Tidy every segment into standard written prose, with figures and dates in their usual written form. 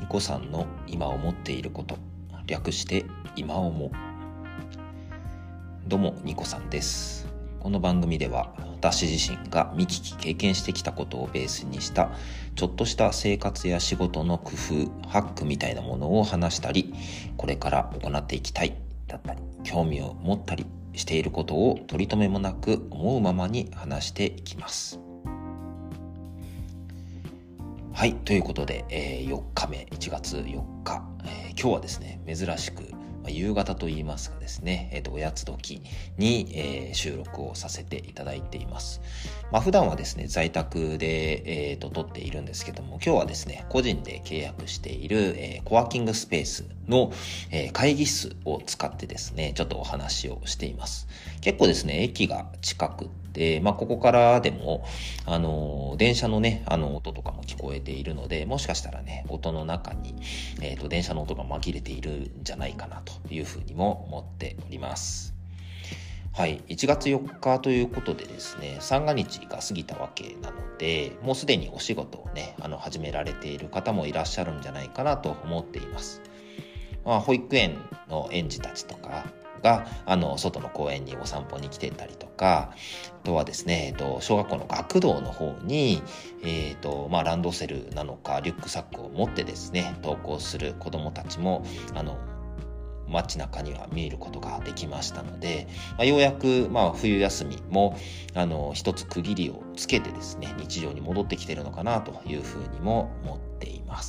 ニコさんの今思っていること、略して今思う。どうもニコさんです。この番組では私自身が見聞き経験してきたことをベースにしたちょっとした生活や仕事の工夫、ハックみたいなものを話したり、これから行っていきたいだったり、興味を持ったりしていることを取り留めもなく思うままに話していきます。はい、ということで、4日目、1月4日、今日はですね、珍しく、夕方といいますかですね、おやつ時に、収録をさせていただいています。普段はですね、在宅で、撮っているんですけども、今日はですね、個人で契約している、コワーキングスペースの、会議室を使ってですね、ちょっとお話をしています。結構ですね、駅が近くで、ここからでも、電車のね、音とかも聞こえているので、もしかしたらね、音の中に、電車の音が紛れているんじゃないかなというふうにも思っております。はい、1月4日ということでですね、三が日が過ぎたわけなので、もうすでにお仕事をね、始められている方もいらっしゃるんじゃないかなと思っています。保育園の園児たちとかが外の公園にお散歩に来てたりとか、あとはですね、小学校の学童の方に、ランドセルなのかリュックサックを持ってですね、登校する子どもたちも街中には見えることができましたので、ようやく冬休みも一つ区切りをつけてですね、日常に戻ってきているのかなというふうにも思っています。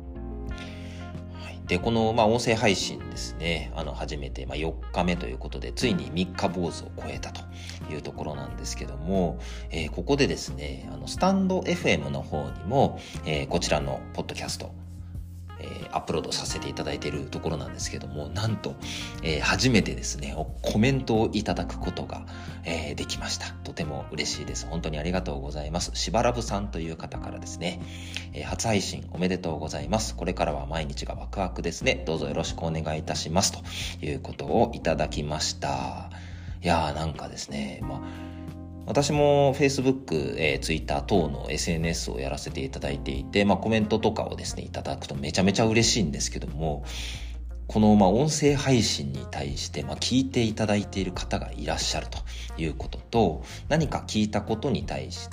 で、この音声配信ですね、始めて4日目ということで、ついに3日坊主を超えたというところなんですけども、ここでですね、スタンド FM の方にも、こちらのポッドキャスト、アップロードさせていただいているところなんですけども、なんと、初めてですね、コメントをいただくことが、できました。とても嬉しいです。本当にありがとうございます。しばらぶさんという方からですね、初配信おめでとうございます。これからは毎日がワクワクですね。どうぞよろしくお願いいたしますということをいただきました。いやー、なんかですね、私も Facebook、Twitter 等の SNS をやらせていただいていて、コメントとかをですね、いただくとめちゃめちゃ嬉しいんですけども、この音声配信に対して聞いていただいている方がいらっしゃるということと、何か聞いたことに対して、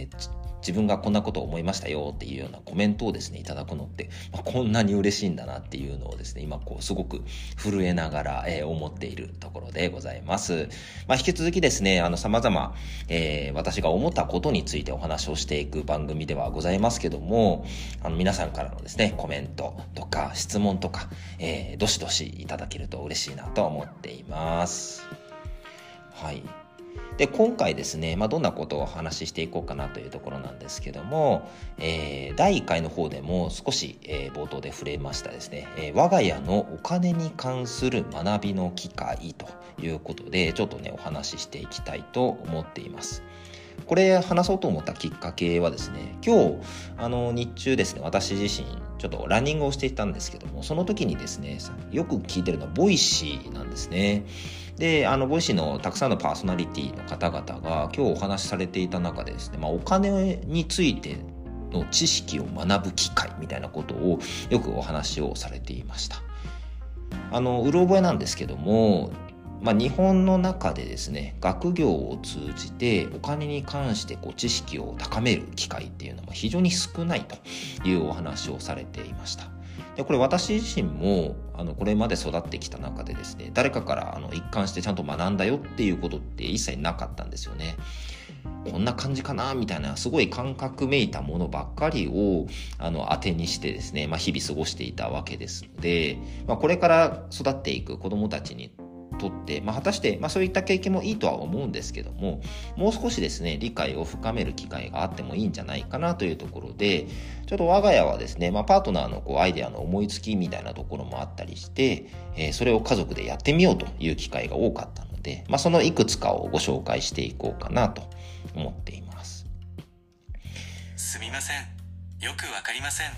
自分がこんなことを思いましたよっていうようなコメントをですねいただくのって、こんなに嬉しいんだなっていうのをですね、今すごく震えながら、思っているところでございます。引き続きですね、様々、私が思ったことについてお話をしていく番組ではございますけども、皆さんからのですねコメントとか質問とか、どしどしいただけると嬉しいなと思っています。はい。で、今回ですね、どんなことをお話ししていこうかなというところなんですけども、第1回の方でも少し、冒頭で触れましたですね、我が家のお金に関する学びの機会ということで、ちょっとね、お話ししていきたいと思っています。これ話そうと思ったきっかけはですね、今日日中ですね、私自身ちょっとランニングをしていたんですけども、その時にですね、よく聞いてるのはボイシーなんですね。で、ボイシーのたくさんのパーソナリティの方々が今日お話しされていた中でですね、お金についての知識を学ぶ機会みたいなことをよくお話をされていました。うろ覚えなんですけども、日本の中でですね、学業を通じてお金に関して知識を高める機会っていうのも非常に少ないというお話をされていました。で、これ私自身もこれまで育ってきた中でですね、誰かから一貫してちゃんと学んだよっていうことって一切なかったんですよね。こんな感じかなみたいな、すごい感覚めいたものばっかりを当てにしてですね、日々過ごしていたわけですので、これから育っていく子どもたちにとって、果たして、そういった経験もいいとは思うんですけども、もう少しですね理解を深める機会があってもいいんじゃないかなというところで、ちょっと我が家はですね、パートナーのアイデアの思いつきみたいなところもあったりして、それを家族でやってみようという機会が多かったので、そのいくつかをご紹介していこうかなと思っています。 すみません、よくわかりません。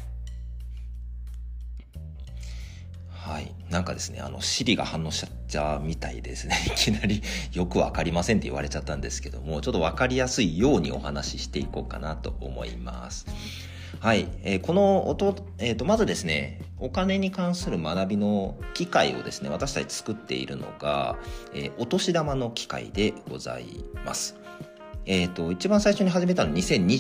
はい。なんかですね、Siri が反応しちゃったみたいですね。いきなりよくわかりませんって言われちゃったんですけども、ちょっとわかりやすいようにお話ししていこうかなと思います。 はい、このまずですね、お金に関する学びの機会をですね、私たち作っているのが、お年玉の機会でございます。一番最初に始めたのは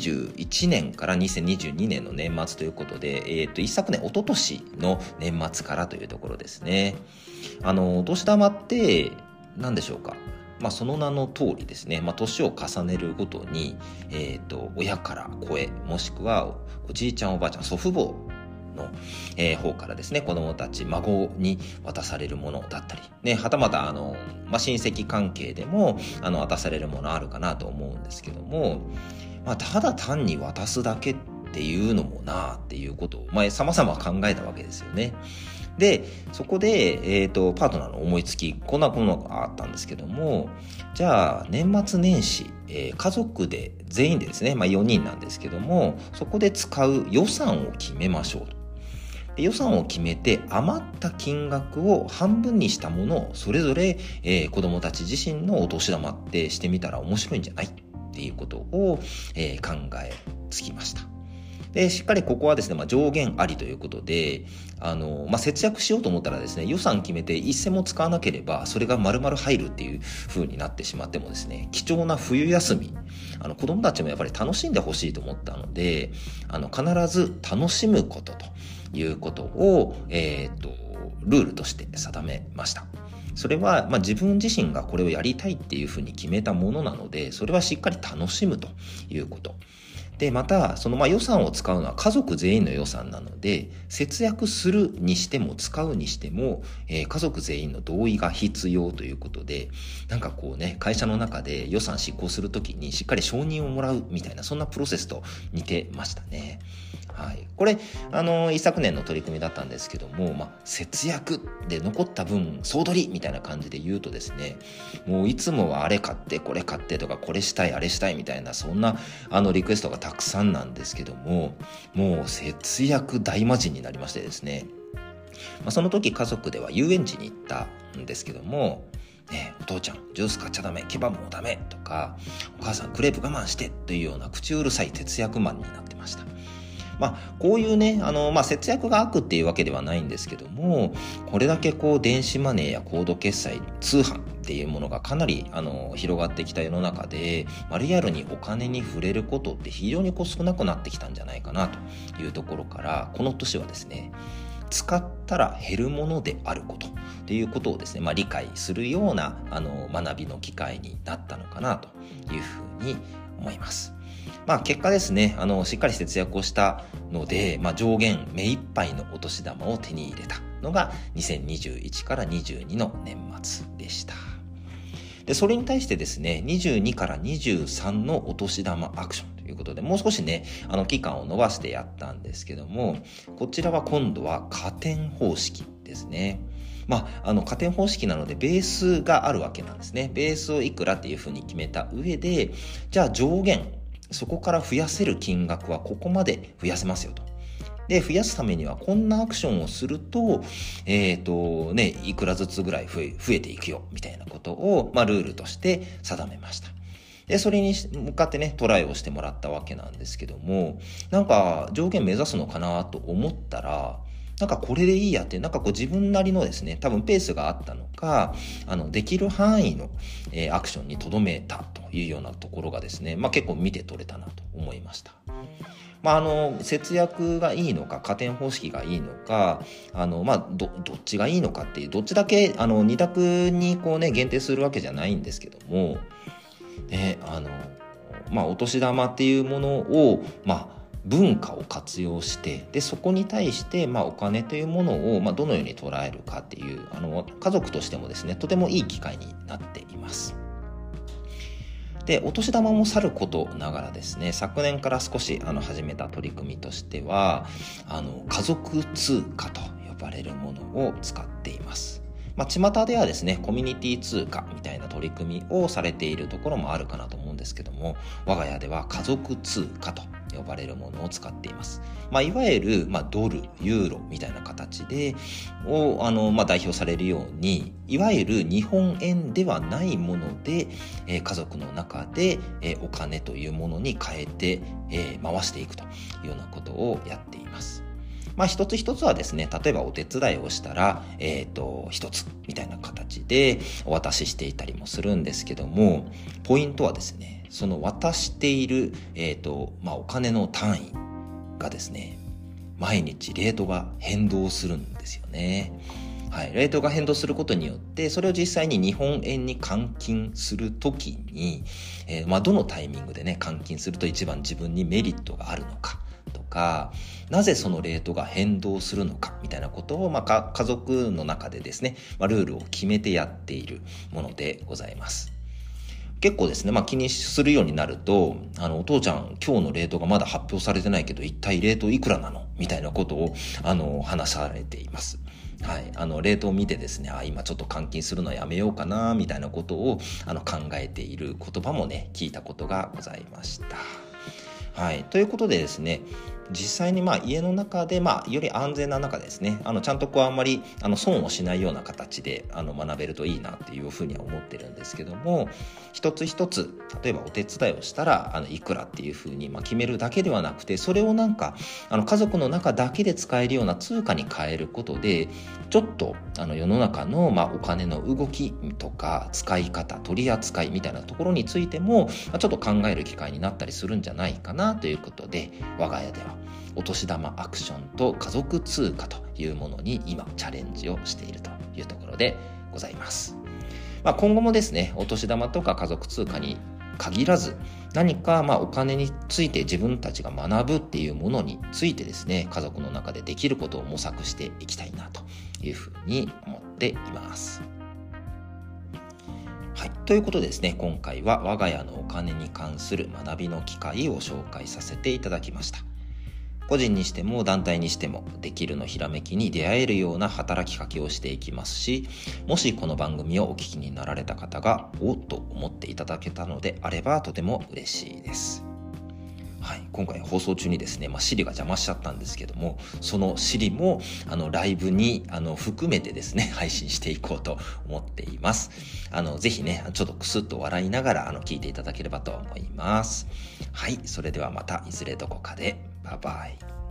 2021年から2022年の年末ということで、一昨年、一昨年の年末からというところですね。お年玉って何でしょうか。その名の通りですね、年を重ねるごとに、親から子へ、もしくはおじいちゃんおばあちゃん、祖父母の、方からですね、子供たち、孫に渡されるものだったり、ね、はたまた親戚関係でも渡されるものあるかなと思うんですけども、ただ単に渡すだけっていうのもなっていうことを様々考えたわけですよね。で、そこで、パートナーの思いつき、こんなものがあったんですけども、じゃあ、年末年始、家族で、全員でですね、4人なんですけども、そこで使う予算を決めましょうと。で、予算を決めて、余った金額を半分にしたものを、それぞれ、子供たち自身のお年玉ってしてみたら面白いんじゃないっていうことを、考えつきました。で、しっかりここはですね、上限ありということで、節約しようと思ったらですね、予算決めて一銭も使わなければ、それが丸々入るっていう風になってしまってもですね、貴重な冬休み、子供たちもやっぱり楽しんでほしいと思ったので、必ず楽しむことということを、ルールとして定めました。それは、自分自身がこれをやりたいっていうふうに決めたものなので、それはしっかり楽しむということ。で、また、その予算を使うのは家族全員の予算なので、節約するにしても使うにしても、家族全員の同意が必要ということで、会社の中で予算執行するときにしっかり承認をもらうみたいな、そんなプロセスと似てましたね。はい。これ、一昨年の取り組みだったんですけども、節約で残った分、総取りみたいな感じで言うとですね、もういつもはあれ買って、これ買ってとか、これしたい、あれしたいみたいな、そんな、リクエストがたくさんなんですけども、もう節約大魔人になりましてですね、その時家族では遊園地に行ったんですけども、ね、お父ちゃんジュース買っちゃダメ、ケバブもダメとか、お母さんクレープ我慢してというような口うるさい節約マンになってました。こういうね、節約が悪っていうわけではないんですけども、これだけ電子マネーやコード決済、通販っていうものがかなり広がってきた世の中で、リアルにお金に触れることって非常に少なくなってきたんじゃないかなというところから、この年はですね、使ったら減るものであることっていうことをですね、理解するような学びの機会になったのかなというふうに思います。結果ですね、しっかり節約をしたので、上限目いっぱいのお年玉を手に入れたのが2021から22の年末でした。で、それに対してですね、22から23のお年玉アクションということで、もう少しね、期間を延ばしてやったんですけども、こちらは今度は加点方式ですね。加点方式なのでベースがあるわけなんですね。ベースをいくらっていうふうに決めた上で、じゃあ上限、そこから増やせる金額はここまで増やせますよと。で、増やすためにはこんなアクションをすると、いくらずつぐらい増えていくよ、みたいなことを、ルールとして定めました。で、それに向かってね、トライをしてもらったわけなんですけども、上限目指すのかなと思ったら、これでいいやって、自分なりのですね、多分ペースがあったのか、できる範囲の、アクションに留めたというようなところがですね、結構見て取れたなと思いました。節約がいいのか、加点方式がいいのか、どっちがいいのかっていう、どっちだけ、二択に限定するわけじゃないんですけども、お年玉っていうものを、文化を活用して、で、そこに対して、お金というものを、どのように捉えるかっていう、家族としてもですね、とてもいい機会になっています。で、お年玉もさることながらですね、昨年から少し始めた取り組みとしては、家族通貨と呼ばれるものを使っています。巷ではですね、コミュニティ通貨みたいな取り組みをされているところもあるかなと思うんですけども、我が家では家族通貨と呼ばれるものを使っています。いわゆる、ドル、ユーロみたいな形で代表されるように、いわゆる日本円ではないもので、家族の中で、お金というものに変えて、回していくというようなことをやっています。一つ一つはですね、例えばお手伝いをしたら、一つみたいな形でお渡ししていたりもするんですけども、ポイントはですね、その渡している、お金の単位がですね、毎日レートが変動するんですよね。はい、レートが変動することによって、それを実際に日本円に換金するときに、どのタイミングでね、換金すると一番自分にメリットがあるのかとか、なぜそのレートが変動するのかみたいなことを、家族の中でですね、ルールを決めてやっているものでございます。結構ですね、気にするようになると、お父ちゃん今日のレートがまだ発表されてないけど、一体レートいくらなのみたいなことを話されています。はい、レートを見てですね、今ちょっと換金するのやめようかなみたいなことを考えている言葉もね、聞いたことがございました。はい、ということでですね、実際に家の中でより安全な中ですね、ちゃんとあんまり損をしないような形で学べるといいなっていうふうには思ってるんですけども、一つ一つ例えばお手伝いをしたらいくらっていうふうに決めるだけではなくて、それを家族の中だけで使えるような通貨に変えることで、ちょっと世の中のお金の動きとか使い方、取り扱いみたいなところについてもちょっと考える機会になったりするんじゃないかなということで、我が家ではお年玉アクションと家族通貨というものに今チャレンジをしているというところでございます。今後もですね、お年玉とか家族通貨に限らず、何かお金について自分たちが学ぶっていうものについてですね、家族の中でできることを模索していきたいなというふうに思っています。はい、ということでですね、今回は我が家のお金に関する学びの機会を紹介させていただきました。個人にしても団体にしてもできるのひらめきに出会えるような働きかけをしていきますし、もしこの番組をお聞きになられた方がおっと思っていただけたのであればとても嬉しいです。はい、今回放送中にですね、Siri が邪魔しちゃったんですけども、その Siri もライブに含めてですね、配信していこうと思っています。ぜひね、ちょっとクスッと笑いながら聞いていただければと思います。はい、それではまたいずれどこかで。バイバイ。